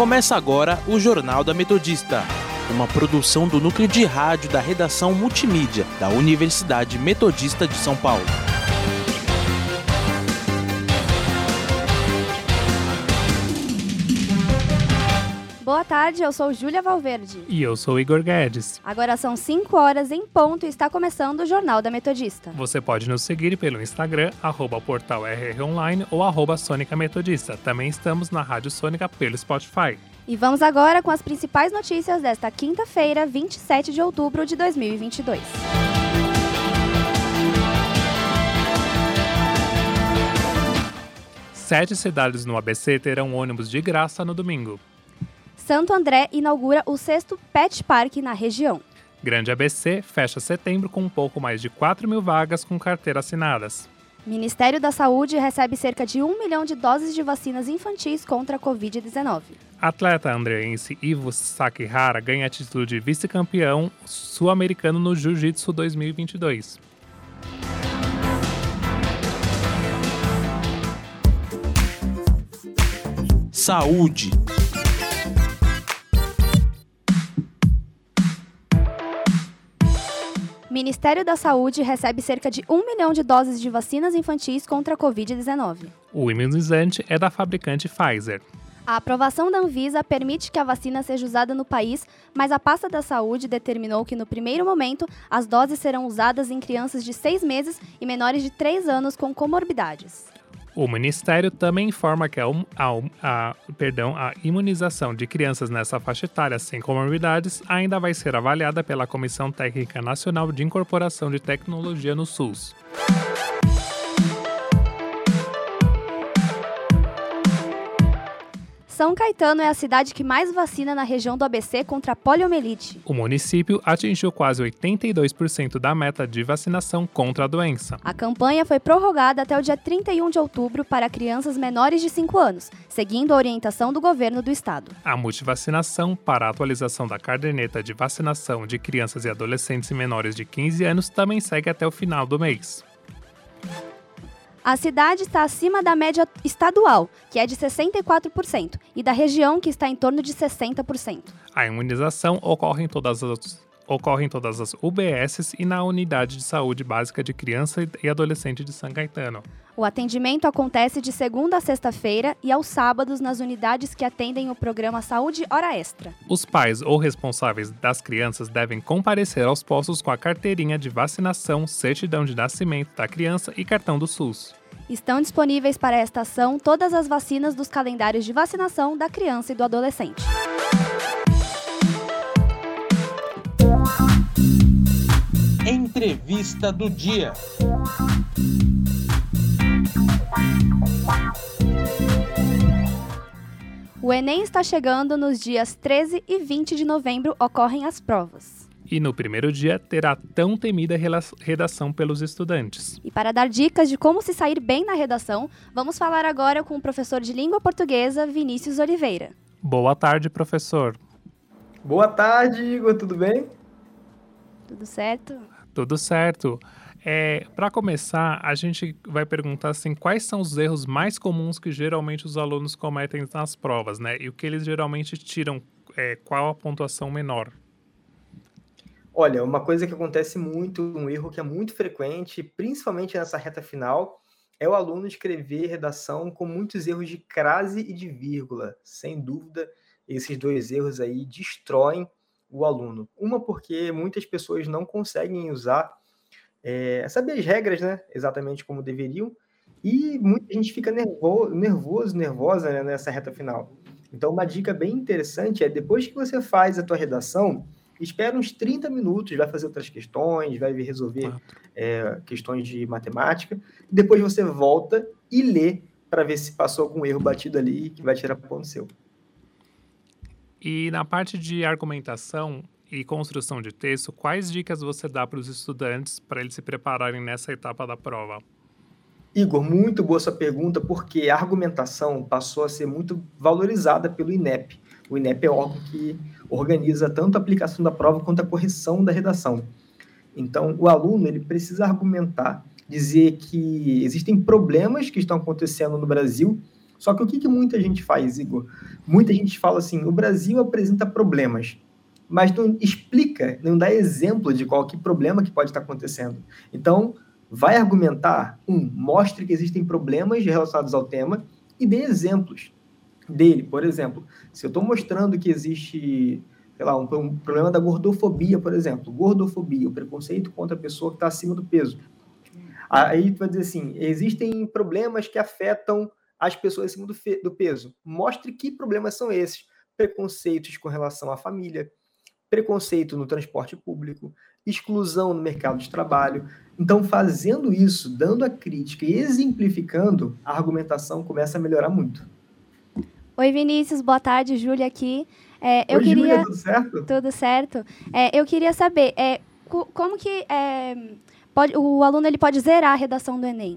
Começa agora o Jornal da Metodista, uma produção do núcleo de rádio da redação multimídia da Universidade Metodista de São Paulo. Boa tarde, eu sou Júlia Valverde. E eu sou Igor Guedes. Agora são 5 horas em ponto e está começando o Jornal da Metodista. Você pode nos seguir pelo Instagram, @portalrronline ou @Sônica Metodista. Também estamos na Rádio Sônica pelo Spotify. E vamos agora com as principais notícias desta quinta-feira, 27 de outubro de 2022. Sete cidades no ABC terão ônibus de graça no domingo. Santo André inaugura o 6º Pet Park na região. Grande ABC fecha setembro com um pouco mais de 4.000 vagas com carteira assinadas. Ministério da Saúde recebe cerca de 1 milhão de doses de vacinas infantis contra a Covid-19. Atleta andreense Ivo Sakihara ganha título de vice-campeão sul-americano no Jiu-Jitsu 2022. Saúde. Ministério da Saúde recebe cerca de 1 milhão de doses de vacinas infantis contra a Covid-19. O imunizante é da fabricante Pfizer. A aprovação da Anvisa permite que a vacina seja usada no país, mas a pasta da saúde determinou que, no primeiro momento, as doses serão usadas em crianças de 6 meses e menores de 3 anos com comorbidades. O Ministério também informa que a imunização de crianças nessa faixa etária sem comorbidades ainda vai ser avaliada pela Comissão Técnica Nacional de Incorporação de Tecnologia no SUS. São Caetano é a cidade que mais vacina na região do ABC contra a poliomielite. O município atingiu quase 82% da meta de vacinação contra a doença. A campanha foi prorrogada até o dia 31 de outubro para crianças menores de 5 anos, seguindo a orientação do governo do estado. A multivacinação para a atualização da caderneta de vacinação de crianças e adolescentes menores de 15 anos também segue até o final do mês. A cidade está acima da média estadual, que é de 64%, e da região, que está em torno de 60%. A imunização ocorre em todas as UBSs e na Unidade de Saúde Básica de Criança e Adolescente de São Caetano. O atendimento acontece de segunda a sexta-feira e aos sábados nas unidades que atendem o programa Saúde Hora Extra. Os pais ou responsáveis das crianças devem comparecer aos postos com a carteirinha de vacinação, certidão de nascimento da criança e cartão do SUS. Estão disponíveis para esta ação todas as vacinas dos calendários de vacinação da criança e do adolescente. Entrevista do dia. O Enem está chegando. Nos dias 13 e 20 de novembro ocorrem as provas. E no primeiro dia terá tão temida redação pelos estudantes. E para dar dicas de como se sair bem na redação, vamos falar agora com o professor de língua portuguesa, Vinícius Oliveira. Boa tarde, professor. Boa tarde, Igor, tudo bem? Tudo certo? Tudo certo. Para começar, a gente vai perguntar assim, quais são os erros mais comuns que geralmente os alunos cometem nas provas, né? E o que eles geralmente tiram, qual a pontuação menor? Olha, uma coisa que acontece muito, um erro que é muito frequente, principalmente nessa reta final, é o aluno escrever redação com muitos erros de crase e de vírgula. Sem dúvida, esses dois erros aí destroem o aluno. Uma porque muitas pessoas não conseguem usar, saber as regras, né, exatamente como deveriam, e muita gente fica nervosa, né, nessa reta final. Então, uma dica bem interessante é, depois que você faz a tua redação, espera uns 30 minutos, vai fazer outras questões, vai resolver questões de matemática, e depois você volta e lê para ver se passou algum erro batido ali que vai tirar ponto seu. E na parte de argumentação e construção de texto, quais dicas você dá para os estudantes para eles se prepararem nessa etapa da prova? Igor, muito boa sua pergunta, porque a argumentação passou a ser muito valorizada pelo INEP. O INEP é o órgão que organiza tanto a aplicação da prova quanto a correção da redação. Então, o aluno ele precisa argumentar, dizer que existem problemas que estão acontecendo no Brasil Só que o que muita gente faz, Igor? Muita gente fala assim, o Brasil apresenta problemas, mas não explica, não dá exemplo de qual que problema que pode estar acontecendo. Então, vai argumentar, mostre que existem problemas relacionados ao tema e dê exemplos dele. Por exemplo, se eu estou mostrando que existe, sei lá, um problema da gordofobia, por exemplo, gordofobia, o preconceito contra a pessoa que está acima do peso. Aí tu vai dizer assim, existem problemas que afetam as pessoas acima do peso. Mostre que problemas são esses. Preconceitos com relação à família, preconceito no transporte público, exclusão no mercado de trabalho. Então, fazendo isso, dando a crítica e exemplificando, a argumentação começa a melhorar muito. Oi, Vinícius. Boa tarde. Júlia aqui. Oi, Júlia, tudo certo? Tudo certo. Eu queria saber como que o aluno ele pode zerar a redação do Enem?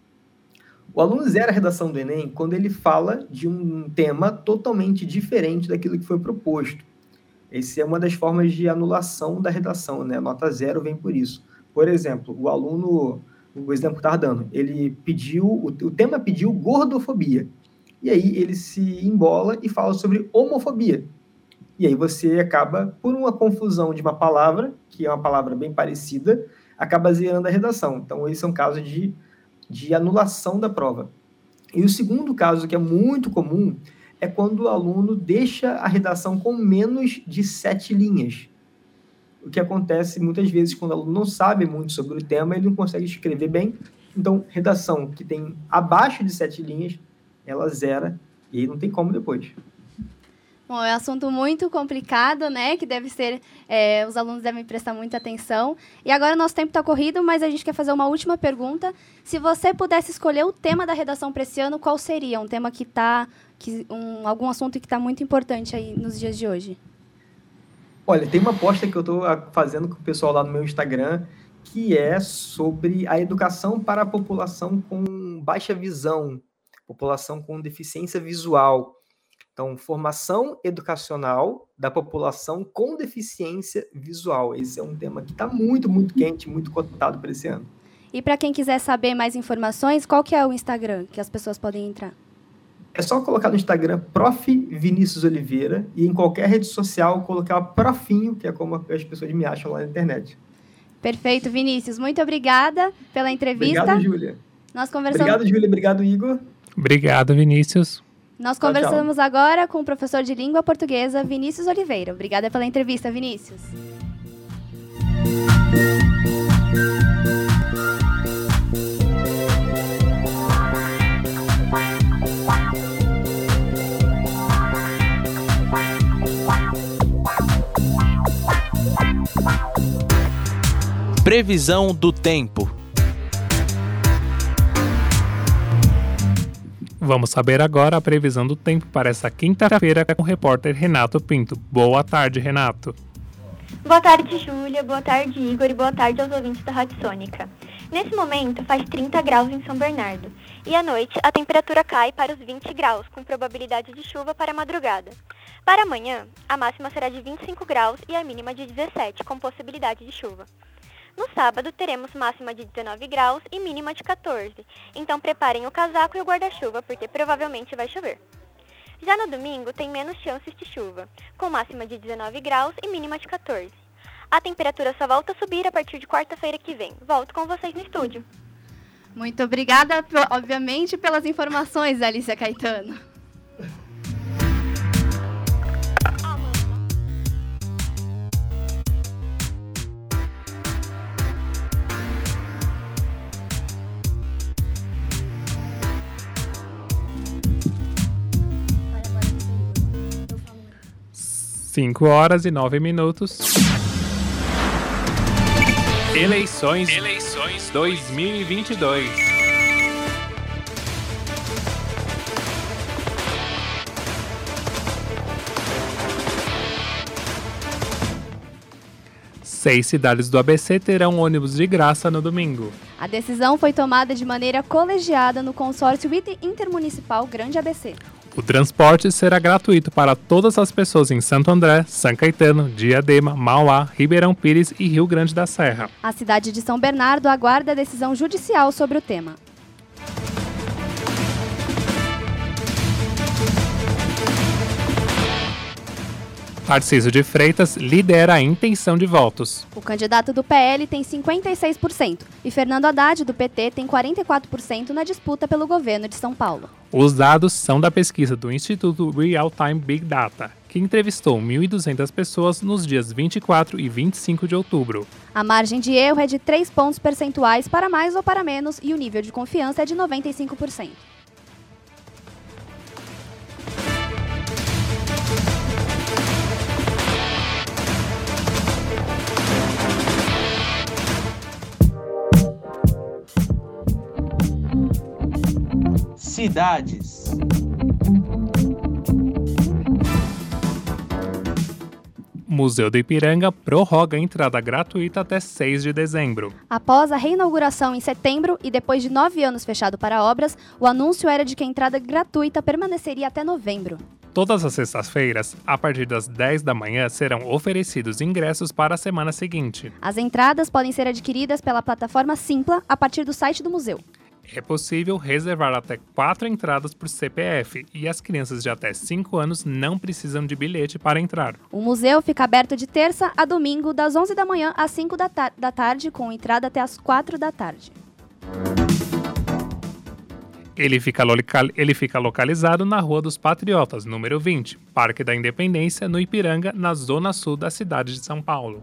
O aluno zera a redação do Enem quando ele fala de um tema totalmente diferente daquilo que foi proposto. Essa é uma das formas de anulação da redação, né? A nota 0 vem por isso. Por exemplo, o aluno, o exemplo que estava dando, ele pediu, o tema pediu gordofobia. E aí ele se embola e fala sobre homofobia. E aí você acaba, por uma confusão de uma palavra, que é uma palavra bem parecida, acaba zerando a redação. Então, esse é um caso de anulação da prova. E o segundo caso, que é muito comum, é quando o aluno deixa a redação com menos de 7 linhas. O que acontece muitas vezes quando o aluno não sabe muito sobre o tema, ele não consegue escrever bem. Então, redação que tem abaixo de 7 linhas, ela zera e aí não tem como depois. Bom, é um assunto muito complicado, né? Que deve ser, os alunos devem prestar muita atenção. E agora o nosso tempo está corrido, mas a gente quer fazer uma última pergunta. Se você pudesse escolher o tema da redação para esse ano, qual seria? Um tema algum assunto que está muito importante aí nos dias de hoje? Olha, tem uma aposta que eu estou fazendo com o pessoal lá no meu Instagram, que é sobre a educação para a população com baixa visão, população com deficiência visual. Então, formação educacional da população com deficiência visual. Esse é um tema que está muito, muito quente, muito cotado para esse ano. E para quem quiser saber mais informações, qual que é o Instagram que as pessoas podem entrar? É só colocar no Instagram Prof. Vinícius Oliveira e em qualquer rede social colocar Profinho, que é como as pessoas me acham lá na internet. Perfeito, Vinícius. Muito obrigada pela entrevista. Obrigado, Júlia. Obrigado, Júlia. Obrigado, Igor. Obrigado, Vinícius. Nós conversamos agora com o professor de língua portuguesa, Vinícius Oliveira. Obrigada pela entrevista, Vinícius. Previsão do tempo. Vamos saber agora a previsão do tempo para essa quinta-feira com o repórter Renato Pinto. Boa tarde, Renato. Boa tarde, Júlia. Boa tarde, Igor. E boa tarde aos ouvintes da Rádio Sônica. Nesse momento, faz 30 graus em São Bernardo. E à noite, a temperatura cai para os 20 graus, com probabilidade de chuva para a madrugada. Para amanhã, a máxima será de 25 graus e a mínima de 17, com possibilidade de chuva. No sábado, teremos máxima de 19 graus e mínima de 14. Então, preparem o casaco e o guarda-chuva, porque provavelmente vai chover. Já no domingo, tem menos chances de chuva, com máxima de 19 graus e mínima de 14. A temperatura só volta a subir a partir de quarta-feira que vem. Volto com vocês no estúdio. Muito obrigada, obviamente, pelas informações, Alicia Caetano. Cinco horas e 9 minutos. Eleições 2022. Seis cidades do ABC terão ônibus de graça no domingo. A decisão foi tomada de maneira colegiada no consórcio intermunicipal Grande ABC. O transporte será gratuito para todas as pessoas em Santo André, São Caetano, Diadema, Mauá, Ribeirão Pires e Rio Grande da Serra. A cidade de São Bernardo aguarda a decisão judicial sobre o tema. Tarcísio de Freitas lidera a intenção de votos. O candidato do PL tem 56% e Fernando Haddad, do PT, tem 44% na disputa pelo governo de São Paulo. Os dados são da pesquisa do Instituto Real Time Big Data, que entrevistou 1.200 pessoas nos dias 24 e 25 de outubro. A margem de erro é de 3 pontos percentuais para mais ou para menos e o nível de confiança é de 95%. Cidades. Museu do Ipiranga prorroga a entrada gratuita até 6 de dezembro. Após a reinauguração em setembro e depois de 9 anos fechado para obras, o anúncio era de que a entrada gratuita permaneceria até novembro. Todas as sextas-feiras, a partir das 10 da manhã, serão oferecidos ingressos para a semana seguinte. As entradas podem ser adquiridas pela plataforma Simpla a partir do site do museu. É possível reservar até 4 entradas por CPF e as crianças de até 5 anos não precisam de bilhete para entrar. O museu fica aberto de terça a domingo, das 11 da manhã às 5 da tarde, com entrada até às 4 da tarde. Ele fica localizado na Rua dos Patriotas, número 20, Parque da Independência, no Ipiranga, na zona sul da cidade de São Paulo.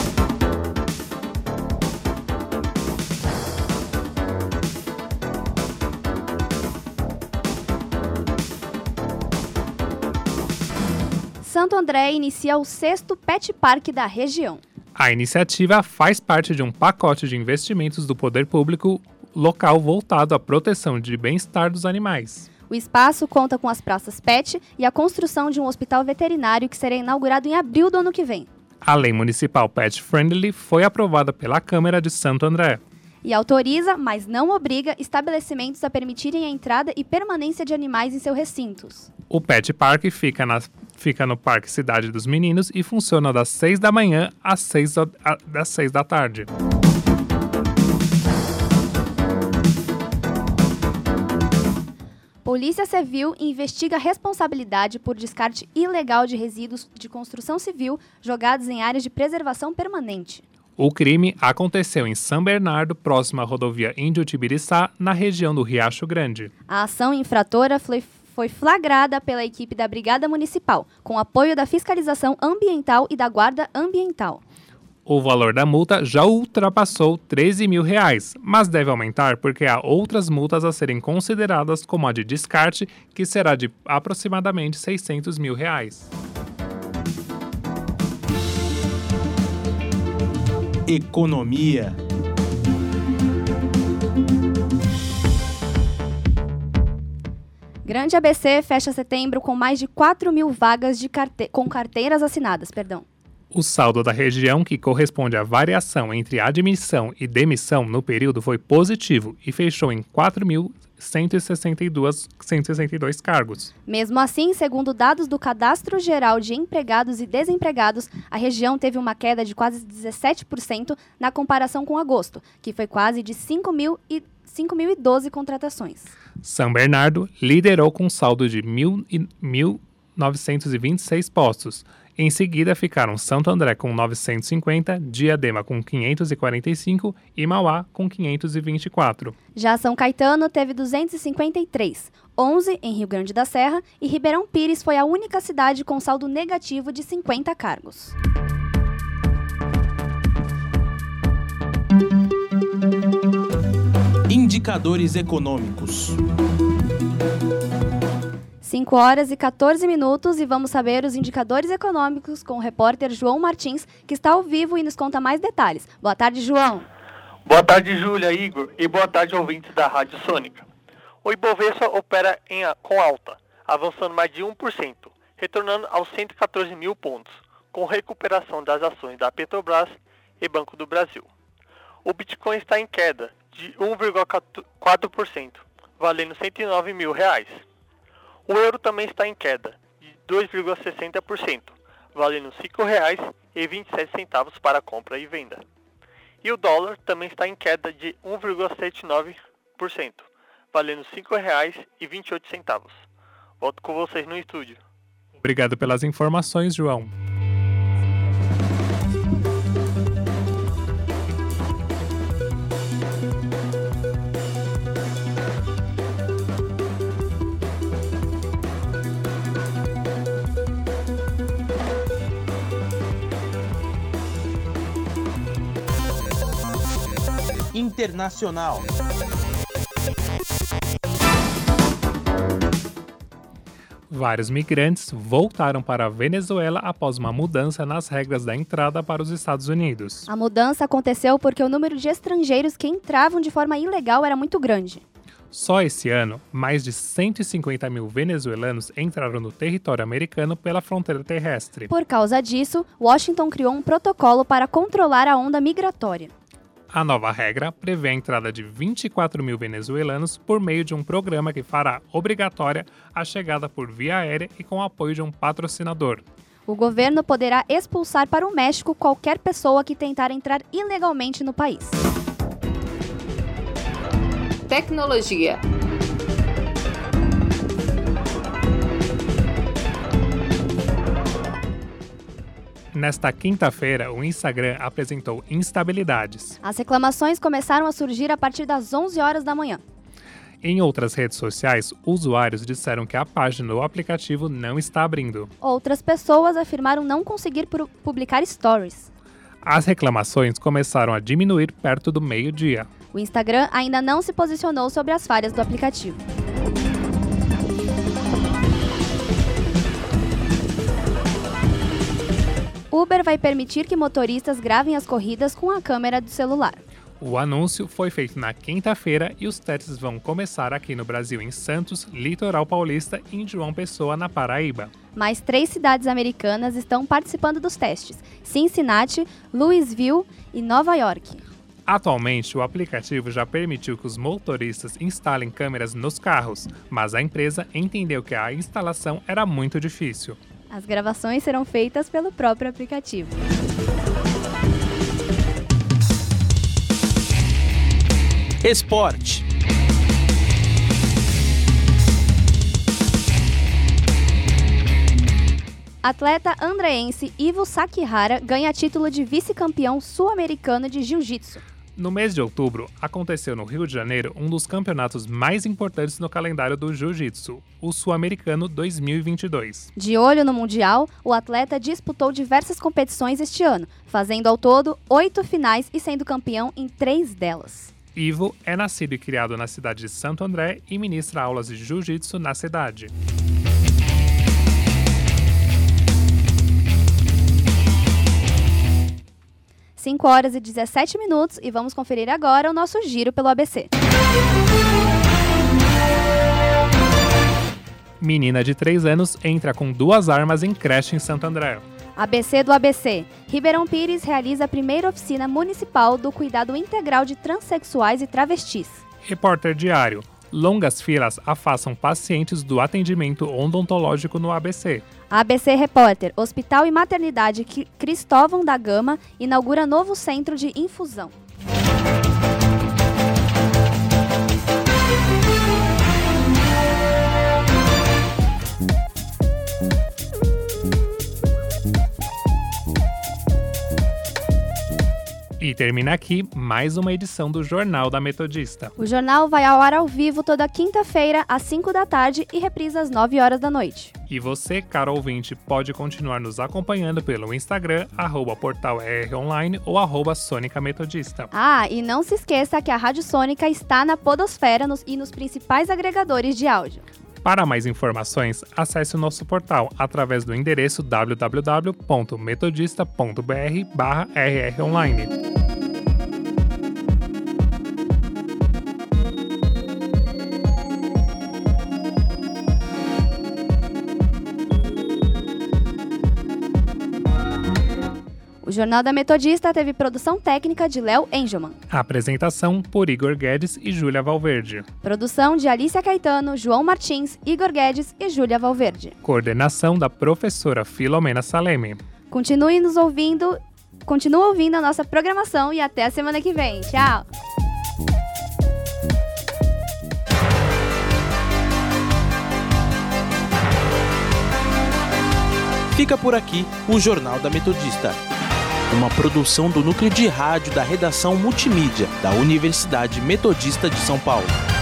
Santo André inicia o 6º Pet Park da região. A iniciativa faz parte de um pacote de investimentos do poder público local voltado à proteção de bem-estar dos animais. O espaço conta com as praças pet e a construção de um hospital veterinário que será inaugurado em abril do ano que vem. A Lei Municipal Pet Friendly foi aprovada pela Câmara de Santo André. E autoriza, mas não obriga, estabelecimentos a permitirem a entrada e permanência de animais em seus recintos. O Pet Park fica no Parque Cidade dos Meninos e funciona das 6 da manhã às 6 da tarde. Polícia Civil investiga a responsabilidade por descarte ilegal de resíduos de construção civil jogados em áreas de preservação permanente. O crime aconteceu em São Bernardo, próximo à rodovia Índio Tibiriçá, na região do Riacho Grande. A ação infratora foi flagrada pela equipe da Brigada Municipal, com apoio da Fiscalização Ambiental e da Guarda Ambiental. O valor da multa já ultrapassou R$13 mil, mas deve aumentar porque há outras multas a serem consideradas, como a de descarte, que será de aproximadamente R$600 mil. Economia. Grande ABC fecha setembro com mais de 4 mil vagas com carteiras assinadas. O saldo da região, que corresponde à variação entre admissão e demissão no período, foi positivo e fechou em 4.162 cargos. Mesmo assim, segundo dados do Cadastro Geral de Empregados e Desempregados, a região teve uma queda de quase 17% na comparação com agosto, que foi quase de 5.012 contratações. São Bernardo liderou com saldo de 1.926 postos. Em seguida ficaram Santo André com 950, Diadema com 545 e Mauá com 524. Já São Caetano teve 253, 11 em Rio Grande da Serra e Ribeirão Pires foi a única cidade com saldo negativo de 50 cargos. Indicadores econômicos. 5 horas e 14 minutos e vamos saber os indicadores econômicos com o repórter João Martins, que está ao vivo e nos conta mais detalhes. Boa tarde, João. Boa tarde, Júlia, Igor, e boa tarde, ouvintes da Rádio Sônica. O Ibovespa opera com alta, avançando mais de 1%, retornando aos 114 mil pontos, com recuperação das ações da Petrobras e Banco do Brasil. O Bitcoin está em queda de 1,4%, valendo R$109 mil. O euro também está em queda de 2,60%, valendo R$ 5,27 para compra e venda. E o dólar também está em queda de 1,79%, valendo R$ 5,28. Volto com vocês no estúdio. Obrigado pelas informações, João. internacional. Vários migrantes voltaram para a Venezuela após uma mudança nas regras da entrada para os Estados Unidos. A mudança aconteceu porque o número de estrangeiros que entravam de forma ilegal era muito grande. Só esse ano, mais de 150 mil venezuelanos entraram no território americano pela fronteira terrestre. Por causa disso, Washington criou um protocolo para controlar a onda migratória. A nova regra prevê a entrada de 24 mil venezuelanos por meio de um programa que fará obrigatória a chegada por via aérea e com o apoio de um patrocinador. O governo poderá expulsar para o México qualquer pessoa que tentar entrar ilegalmente no país. Tecnologia. Nesta quinta-feira, o Instagram apresentou instabilidades. As reclamações começaram a surgir a partir das 11 horas da manhã. Em outras redes sociais, usuários disseram que a página do aplicativo não está abrindo. Outras pessoas afirmaram não conseguir publicar stories. As reclamações começaram a diminuir perto do meio-dia. O Instagram ainda não se posicionou sobre as falhas do aplicativo. Uber vai permitir que motoristas gravem as corridas com a câmera do celular. O anúncio foi feito na quinta-feira e os testes vão começar aqui no Brasil em Santos, Litoral Paulista e em João Pessoa, na Paraíba. Mais 3 cidades americanas estão participando dos testes: Cincinnati, Louisville e Nova York. Atualmente, o aplicativo já permitiu que os motoristas instalem câmeras nos carros, mas a empresa entendeu que a instalação era muito difícil. As gravações serão feitas pelo próprio aplicativo. Esporte. Atleta andreense Ivo Sakihara ganha título de vice-campeão sul-americano de jiu-jitsu. No mês de outubro, aconteceu no Rio de Janeiro um dos campeonatos mais importantes no calendário do jiu-jitsu, o Sul-Americano 2022. De olho no Mundial, o atleta disputou diversas competições este ano, fazendo ao todo 8 finais e sendo campeão em 3 delas. Ivo é nascido e criado na cidade de Santo André e ministra aulas de jiu-jitsu na cidade. Às 5 horas e 17 minutos e vamos conferir agora o nosso giro pelo ABC. Menina de 3 anos entra com 2 armas em creche em Santo André. ABC do ABC. Ribeirão Pires realiza a primeira oficina municipal do cuidado integral de transexuais e travestis. Repórter Diário. Longas filas afastam pacientes do atendimento odontológico no ABC. ABC Repórter. Hospital e Maternidade Cristóvão da Gama inaugura novo centro de infusão. E termina aqui mais uma edição do Jornal da Metodista. O jornal vai ao ar ao vivo toda quinta-feira, às 5 da tarde e reprisa às 9 horas da noite. E você, caro ouvinte, pode continuar nos acompanhando pelo Instagram, @portalROnline ou @SônicaMetodista. Ah, e não se esqueça que a Rádio Sônica está na podosfera e nos principais agregadores de áudio. Para mais informações, acesse o nosso portal através do endereço www.metodista.br/rronline. O Jornal da Metodista teve produção técnica de Léo Engelman. Apresentação por Igor Guedes e Júlia Valverde. Produção de Alícia Caetano, João Martins, Igor Guedes e Júlia Valverde. Coordenação da professora Filomena Saleme. Continue ouvindo a nossa programação e até a semana que vem. Tchau! Fica por aqui o Jornal da Metodista, uma produção do Núcleo de Rádio da Redação Multimídia da Universidade Metodista de São Paulo.